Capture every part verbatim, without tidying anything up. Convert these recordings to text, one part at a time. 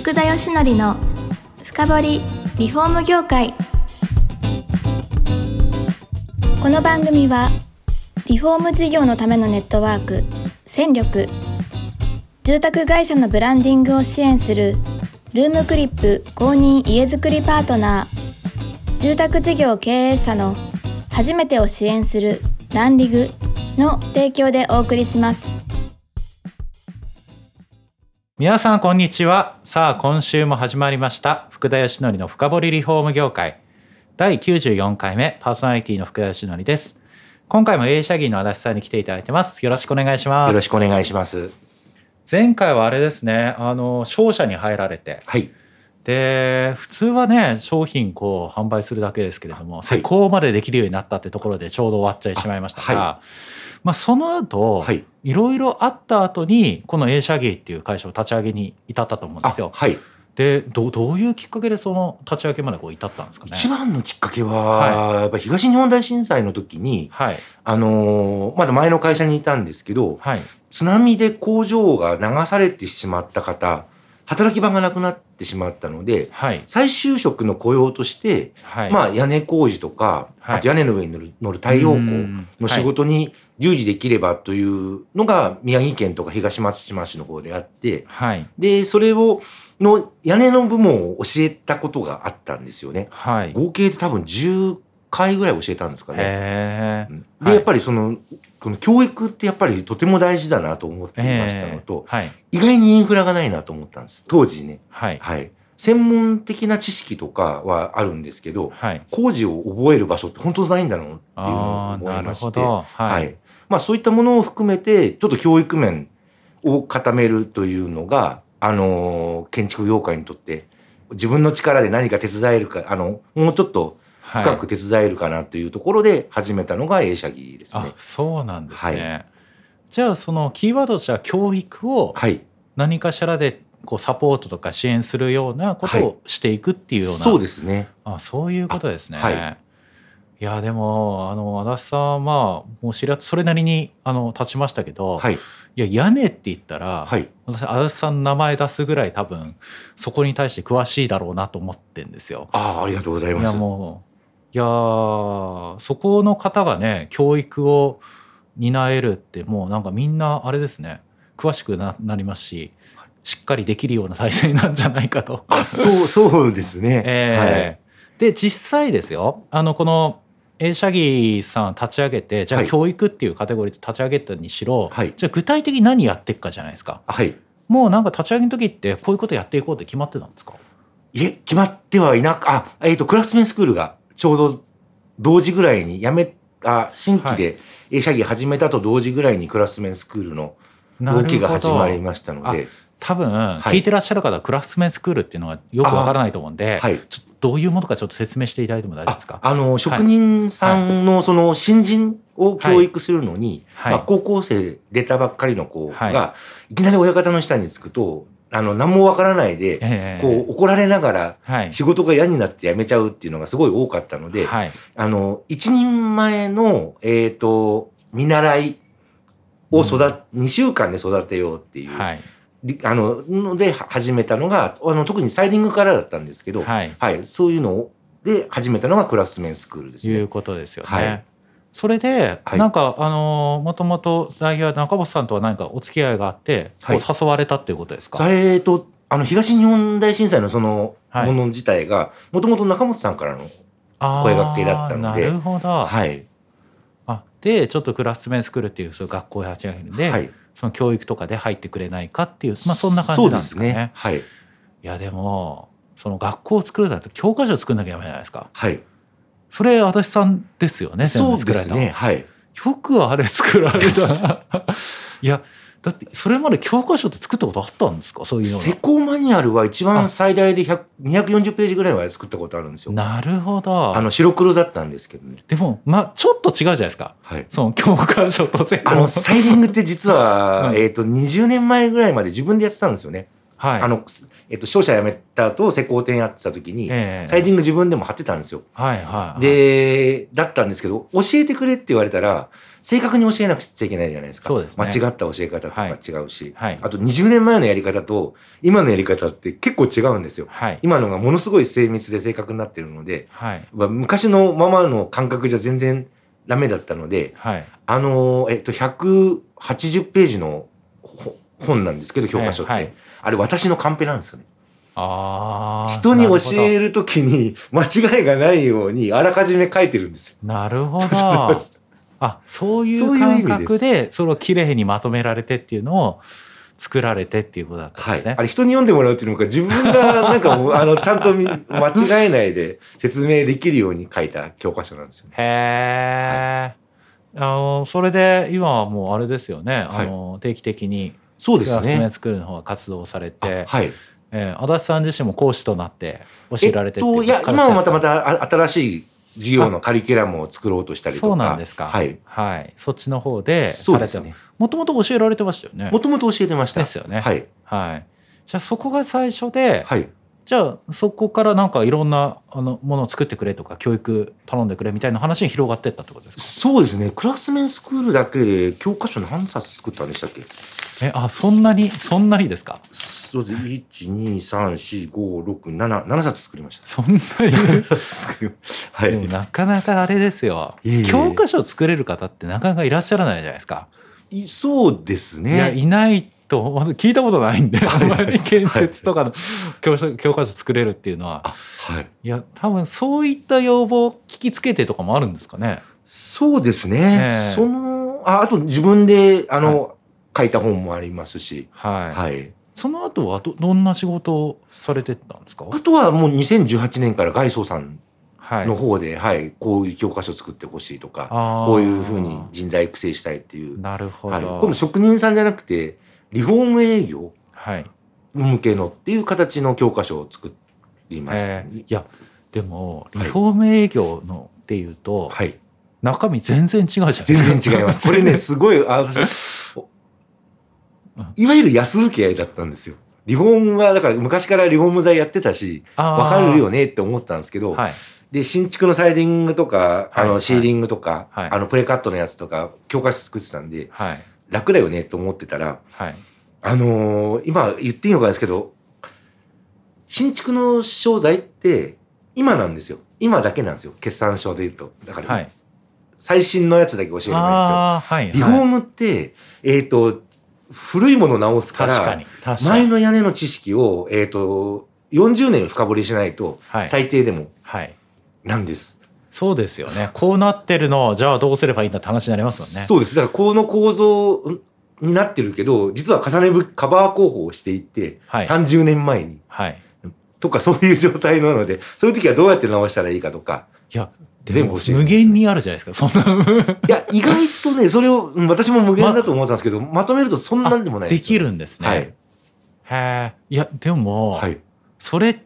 福田義則の深掘りリフォーム業界。この番組はリフォーム事業のためのネットワーク戦力、住宅会社のブランディングを支援するルームクリップ公認家づくりパートナー、住宅事業経営者の初めてを支援するランリグの提供でお送りします。 皆さんこんにちは。さあ今週も始まりました福田義則の深掘りリフォーム業界だいきゅうじゅうよんかいめ、パーソナリティの福田義則です。今回も映写技の足立さんに来ていただいてます。よろしくお願いします。 よろしくお願いします。 前回はあれですね、あの商社に入られて、 はい、 で普通はね商品こう販売するだけですけれども、施工までできるようになったってところでちょうど終わっちゃいしまいましたが、はい、まあ、その後、はい、いろいろあった後にこの映写技っていう会社を立ち上げに至ったと思うんですよ。 はい、 で ど, どういうきっかけでその立ち上げまでこう至ったんですかね。 一番のきっかけは、はい、やっぱ東日本大震災の時に、はい、あのー、まだ前の会社にいたんですけど、はい、津波で工場が流されてしまった方、働き場がなくなってしまったので、はい、再就職の雇用として、はい、まあ屋根工事とか、はい、あと屋根の上に乗る、乗る太陽光の仕事に従事できればというのが宮城県とか東松島市の方であって、はい、でそれをの屋根の部門を教えたことがあったんですよね。はい、合計で多分じゅっかいぐらい教えたんですかね。 へー、 で、はい、やっぱりそのこの教育ってやっぱりとても大事だなと思っていましたのと、はい、意外にインフラがないなと思ったんです。当時ね。はいはい、専門的な知識とかはあるんですけど、はい、工事を覚える場所って本当ないんだろうっていうのを思いまして、はいはい、まあ、そういったものを含めてちょっと教育面を固めるというのが、あのー、建築業界にとって自分の力で何か手伝えるか、あのもうちょっと深く手伝えるかなというところで始めたのが映写技ですね。 あ、そうなんですね。はい、じゃあそのキーワードとしては教育を何かしらでこうサポートとか支援するようなことをしていくっていうような、 はい、そうですね。 あ、そういうことですね。 はい、 いやでもあの足立さんはまあもう知り合ってそれなりにあの立ちましたけど、はい、いや屋根って言ったら、はい、私足立さんの名前出すぐらい多分そこに対して詳しいだろうなと思ってるんですよ。 ああ、ありがとうございます。 いやもういやそこの方がね教育を担えるってもうなんかみんなあれですね、詳しく な, なりますししっかりできるような体制なんじゃないかと。 あ、そうそうですね。 えーはい、で実際ですよ、あのこの映写技さん立ち上げて、じゃあ教育っていうカテゴリーで立ち上げたにしろ、はい、じゃあ具体的に何やっていくかじゃないですか。はい、もうなんか立ち上げの時ってこういうことやっていこうって決まってたんですか。 いえ、決まってはいなく、あ、えっとクラスメンスクールがちょうど同時ぐらいに辞めた、新規で映写技始めたと同時ぐらいにクラスメンスクールの動きが始まりましたので、 多分聞いてらっしゃる方はクラスメンスクールっていうのがよくわからないと思うんで、はい、ちょっとどういうものかちょっと説明していただいても大丈夫ですか。 あ、あの職人さんのその新人を教育するのに、はいはい、まあ、高校生出たばっかりの子が、はい、いきなり親方の下につくとあの何もわからないで、えー、こう怒られながら仕事が嫌になって辞めちゃうっていうのがすごい多かったので、はい、あの一人前の、えーと、見習いを育、うん、にしゅうかんで育てようっていう、はい、あのので始めたのが、あの特にサイディングからだったんですけど、はいはい、そういうので始めたのがクラスメンスクールですね。 いうことですよね。はい、それで、はい、なんかあのもともと代表中本さんとは何かお付き合いがあって、はい、こう誘われたっていうことですか。 えーとあの東日本大震災のそのもの自体がもともと中本さんからの声掛けだったので。 なるほど。はい。あでちょっとクラスメンスクールっていうそういう学校を立ち上げるんで、はい、その教育とかで入ってくれないかっていう、まあそんな感じなんですかね。そうですね。はい。いやでもその学校を作るだと教科書を作んなきゃダメじゃないですか。はい。それ足立さんですよね。 そうですね。はい。よくあれ作られた。いやだってそれまで教科書って作ったことあったんですか。そういうの。 施工マニュアルは一番最大でにひゃくよんじゅうページぐらいは作ったことあるんですよ。 なるほど。 あの白黒だったんですけどね。 でもまあちょっと違うじゃないですか。はい。その教科書と施工。 あのサイディングって実は、うん、えっとにじゅうねんまえぐらいまで自分でやってたんですよね。はい。あのえっと商社辞めた後施工店やってた時に、えー、サイディング自分でも貼ってたんですよ。はいはい、はい。でだったんですけど教えてくれって言われたら正確に教えなくちゃいけないじゃないですか。 そうですね。 間違った教え方とか違うし、 はいはい、 あとにじゅうねんまえのやり方と今のやり方って結構違うんですよ。はい、今のがものすごい精密で正確になってるので、はい、昔のままの感覚じゃ全然ダメだったので、はい、あの、えっと、ひゃくはちじゅうページの本なんですけど、教科書って。はいはい、あれ私のカンペなんですよね。あ人に教えるときに間違いがないようにあらかじめ書いてるんですよ。 なるほど。あ、そういう感覚でそれをきれいにまとめられてっていうのを作られてっていうことだったんですね。 はい、あれ人に読んでもらうっていうのか自分がなんかもうあのちゃんと間違えないで説明できるように書いた教科書なんですよ、ね。 へー、はい、あのそれで今はもうあれですよね。あの、はい、定期的にそうですね。 クラスメンスクールの方が活動されて、はい。えー、足立さん自身も講師となって教えられてっていう、 えっと、いや今はまたまた新しい授業のカリキュラムを作ろうとしたりとか。 そうなんですか。 はい。 はい。そっちの方でされて、そうですね。もともと教えられてましたよね。 もともと教えてました。 ですよね。 はい。 はい。じゃあそこが最初で、 はい。 じゃあそこからなんかいろんなあのものを作ってくれとか教育頼んでくれみたいな話に広がっていったってことですか。 そうですね。クラスメンスクールだけで教科書何冊作ったんでしたっけ。 え、あ、そんなにそんなにですか。 そうです。いち、に、さん、し、ご、ろく、なな、ななさつ作りました。 そんなにはい。でもなかなかあれですよ。いえいえ教科書を作れる方ってなかなかいらっしゃらないじゃないですか。 いそうですね。 いや、いないと、まず聞いたことないんで、あんまり建設とかの教科書、教科書作れるっていうのは。 はい。 いや、多分そういった要望を聞きつけてとかもあるんですかね。 そうですね。えー、その、あ、あと自分で、あの、はい、書いた本もありますし。 はい。 はい。 その後は ど, どんな仕事をされてたんですか。 あとはもうにせんじゅうはちねんから外装さんの方で、はい、はい、こういう教科書作ってほしいとか、こういうふうに人材育成したいっていう。 なるほど。はい、 今度職人さんじゃなくて、リフォーム営業向けのっていう形の教科書を作りました、ね。 いや、でも、リフォーム営業のっていうと、はい、中身全然違うじゃないですか。 全然違います。これね、すごい、あ私いわゆる安請け合いだったんですよ。リフォームは、だから昔からリフォーム材やってたし、わかるよねって思ったんですけど、はい、で、新築のサイディングとか、あの、シーリングとか、はい、あの、プレカットのやつとか、教科書作ってたんで、はい、楽だよねと思ってたら、はい、あのー、今言っていいのかですけど、新築の商材って、今なんですよ。今だけなんですよ。決算書で言うと。だから、はい、最新のやつだけ教えればいいんですよ。はい、リフォームって、えっと、古いものを直すから、確かに確かに前の屋根の知識を、えっと、よんじゅうねん深掘りしないと、最低でも、なんです、 はいはい。そうですよね。こうなってるのを、じゃあどうすればいいんだって話になりますよね。 そうです。だから、この構造になってるけど、実は重ねぶカバー工法をしていて、はい、さんじゅうねんまえに、はい。とか、そういう状態なので、そういう時はどうやって直したらいいかとか。 いや、全部無限にあるじゃないですか、そんな。 いや、意外とね、それを、私も無限だと思ったんですけど、ま, まとめるとそんなんでもないです。 できるんですね。はい、へえ。いや、でも、はい、それって、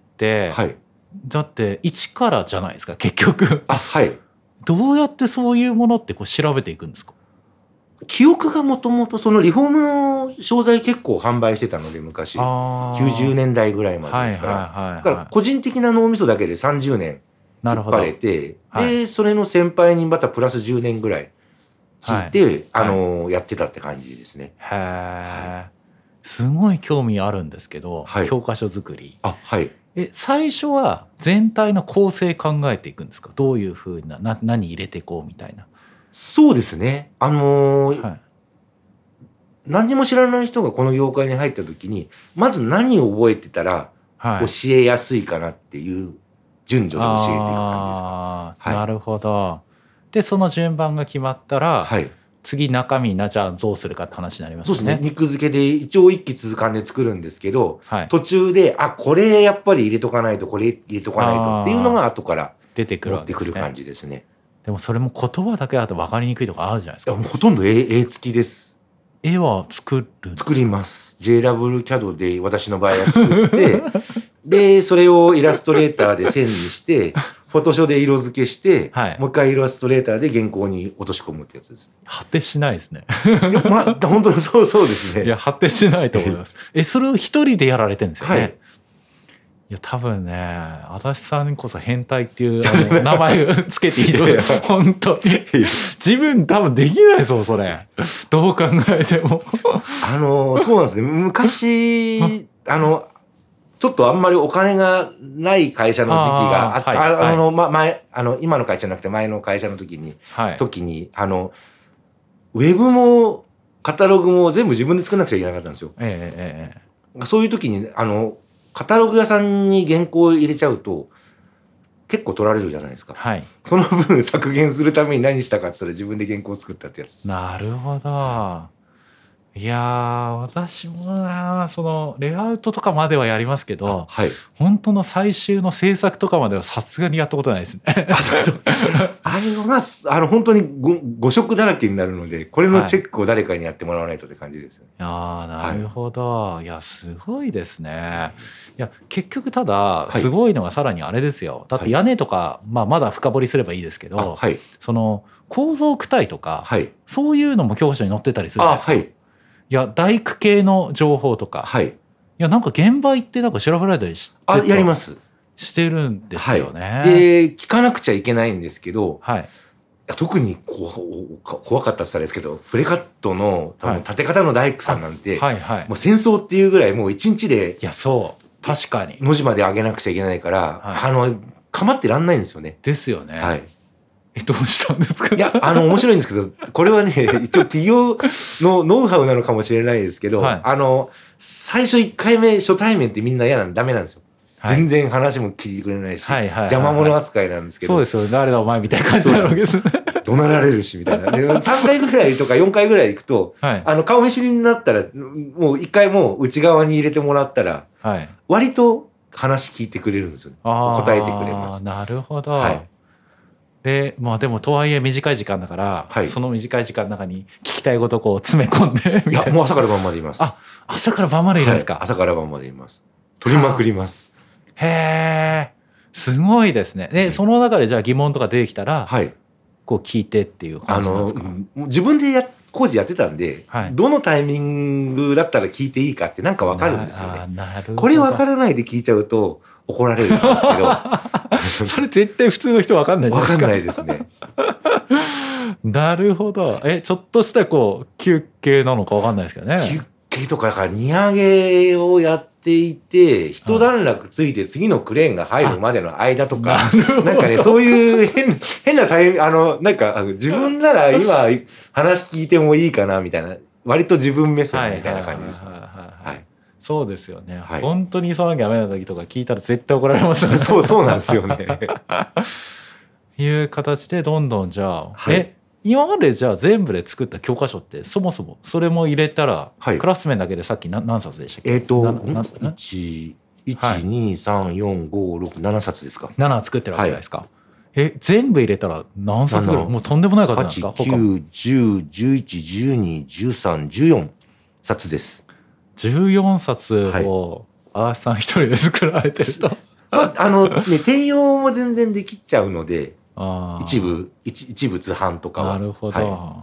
はい、だって、一からじゃないですか、結局。 あ、はい。 どうやってそういうものってこう調べていくんですか。 記憶がもともと、そのリフォームの商材結構販売してたので、昔。きゅうじゅうねんだいぐらいまでですから。はいはいはいはい、だから、個人的な脳みそだけでさんじゅうねん。引っ張れて、はい、で、それの先輩にまたプラスじゅうねんぐらい聞いて、はい、あのーはい、やってたって感じですね。 へー、すごい興味あるんですけど、はい、教科書作り。 あ、はい。 え、最初は全体の構成考えていくんですか。どういうふうな、な、何入れていこうみたいな。 そうですね。あのーはい、何にも知らない人がこの業界に入った時に、まず何を覚えてたら教えやすいかなっていう、順序で教えていく感じですか。 はい、なるほど。で、その順番が決まったら、はい、次中身な、じゃあどうするかって話になりますね。 そうですね。肉付けで一応一気通貫で作るんですけど、はい、途中で、あ、これやっぱり入れとかないと、これ入れとかないとっていうのが後から出てくる、 持ってくる感じですね。 でもそれも言葉だけだと分かりにくいとかあるじゃないですか。 いや、もうほとんど絵、絵付きです。 絵は作る？ 作ります。ジェイダブリュー キャッド で私の場合は作って、で、それをイラストレーターで線にして、フォトショーで色付けして、はい、もう一回イラストレーターで原稿に落とし込むってやつです。 果てしないですね。 いや、まあ、本当にそう、そうですね。 いや、果てしないと思います。え、それを一人でやられてるんですよね。はい。 いや多分ね足立さんこそ変態っていうあの名前をつけていいと思う本当に自分多分できないぞそれどう考えてもあのそうなんですね昔あのちょっとあんまりお金がない会社の時期があった、あ、はい、あの、ま、前、あの、今の会社じゃなくて前の会社の時に、はい、時に、あの、ウェブもカタログも全部自分で作らなくちゃいけなかったんですよ。ええええ、そういう時に、あの、カタログ屋さんに原稿を入れちゃうと、結構取られるじゃないですか。はい、その分削減するために何したかって言ったら自分で原稿を作ったってやつです。 なるほど。いやー私もなそのレイアウトとかまではやりますけど、はい、本当の最終の制作とかまではさすがにやったことないですね。あそうそうあれはまああの本当にご誤色だらけになるのでこれのチェックを誰かにやってもらわないとって感じですよね。 はい、あなるほど、はい、いやすごいですね。いや結局ただすごいのがさらにあれですよ。だって屋根とか、はい、まあ、まだ深掘りすればいいですけど、はい、その構造躯体とか、はい、そういうのも教科書に載ってたりするじゃないですか。あはいいや大工系の情報とか、はい、いやなんか現場行ってなんか調べられたりしてあやりますしてるんですよね。 はい、で聞かなくちゃいけないんですけど、はい、特にこ怖かったって言ったらですけどフレカットの多分立て方の大工さんなんて、はいはいはい、もう戦争っていうぐらいもう一日でいやそう確かに文字まで上げなくちゃいけないから、はい、あの構ってらんないんですよね。 ですよね。はいどうしたんですか。 いや、あの、面白いんですけど、これはね、一応企業のノウハウなのかもしれないですけど、はい、あの、最初いっかいめ初対面ってみんな嫌なんダメなんですよ。はい、全然話も聞いてくれないし、はいはいはいはい、邪魔者扱いなんですけど。 そうですよ。誰だお前みたいな感じなわけです。 怒鳴られるし、みたいな。でさんかいぐらいとかよんかいぐらい行くと、はい、あの、顔見知りになったら、もういっかいもう内側に入れてもらったら、はい、割と話聞いてくれるんですよね。答えてくれます。 なるほど。はいでまあでもとはいえ短い時間だから、はい、その短い時間の中に聞きたいことをこう詰め込んでみたいな。いやもう朝から晩までいます。 あ朝から晩までいるんですか。 はい、朝から晩までいます。取りまくります。 へえすごいですね。でその中でじゃあ疑問とか出てきたら、はい、こう聞いてっていう感じなんですか。あの自分でや工事やってたんで、はい、どのタイミングだったら聞いていいかってなんか分かるんですよね。なるほどこれ分からないで聞いちゃうと怒られるんですけどそれ絶対普通の人分かんないじゃないですか。 分かんないですねなるほど。えちょっとしたこう休憩なのか分かんないですけどね。 休憩とかだから荷上げをやっていて一段落ついて次のクレーンが入るまでの間とかなんかねそういう変変なタイミングあのなんか自分なら今話聞いてもいいかなみたいな割と自分目線みたいな感じですね。はいそうですよね、はい、本当に急がなきゃダメな時とか聞いたら絶対怒られますよねそうそうなんですよねいう形でどんどんじゃあ、はい、え今までじゃあ全部で作った教科書ってそもそもそれも入れたら、はい、クラス面だけでさっき何, 何冊でしたっけ。 えっ、ー、といちにさんよんごろくななさつですか。 なな作ってるわけじゃないですか、はい、え全部入れたら何冊ぐらいもうとんでもない数なんですか。 はち、きゅう、じゅう、じゅういち、じゅうに、じゅうさん、じゅうよんさつです。 じゅうよんさつを足立さん一人で作られてると、 まあ、あのね転用も全然できちゃうのであ一部 一, 一部通販とかは。 なるほど、はい、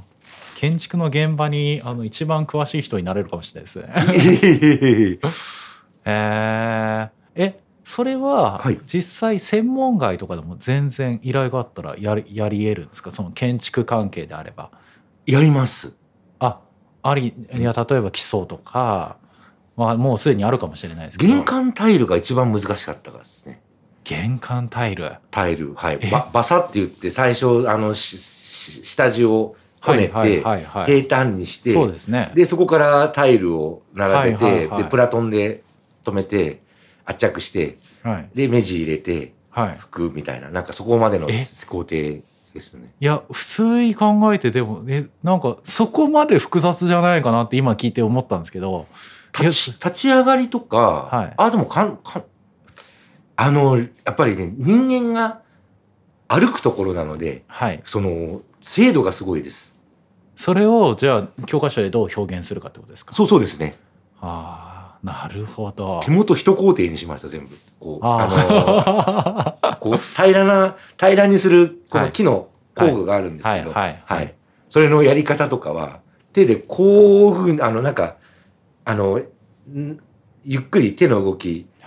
建築の現場にあの一番詳しい人になれるかもしれないですねえー、えそれは実際専門外とかでも全然依頼があったらやりやり得るんですか。その建築関係であればやります。 あありいや例えば基礎とかまあ、もうすでにあるかもしれないですけど玄関タイルが一番難しかったからですね。 玄関タイルタイルはいババサって言って最初あのしし下地をこねて、はいはいはいはい、平坦にしてそうですね。 でそこからタイルを並べて、はいはいはい、でプラトンで留めて圧着して、はい、で目地入れて、はい、拭くみたいななんかそこまでの工程ですね。 いや普通に考えてでもえなんかそこまで複雑じゃないかなって今聞いて思ったんですけど立ち、立ち上がりとか、はい、あでもかんかんあのやっぱりね人間が歩くところなので、はい、その精度がすごいです。 それをじゃあ教科書でどう表現するかってことですか。 そうそうですね。 ああなるほど。 手元一工程にしました全部。こうあのこう平らな平らにするこの木の工具があるんですけど、はいはいはいはい、それのやり方とかは手でこういうふうにあのなんかあのゆっくり手の動き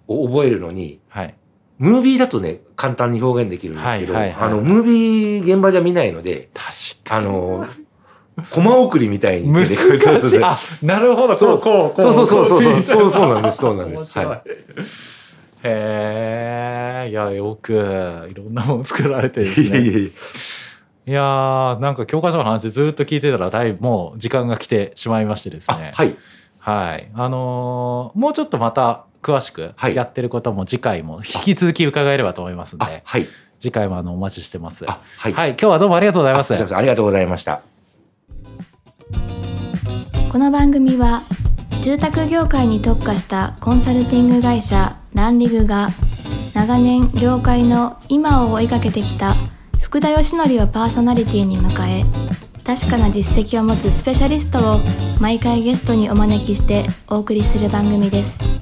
を覚えるのに、 はい、 ムービーだとね簡単に表現できるんですけど、はいはいはい、あのムービー現場じゃ見ないので、 確かにあのコマ送りみたいに難しい。あ、なるほど。 そうこうこうそうそうそうそうそうそうなんですそうなんです。はい。 へえ、いやよくいろんなもの作られてるんですね。 いやいやいや。 いやーなんか教科書の話ずっと聞いてたらだいぶもう時間が来てしまいましてですね。 はい。 はい。あのー、もうちょっとまた詳しくやってることも次回も引き続き伺えればと思いますので、 はい。 次回もあのお待ちしてます。 はい。 はい。今日はどうもありがとうございます。 あ、ありがとうございました。 この番組は住宅業界に特化したコンサルティング会社ランリグが長年業界の今を追いかけてきた福田義則をパーソナリティに迎え、確かな実績を持つスペシャリストを毎回ゲストにお招きしてお送りする番組です。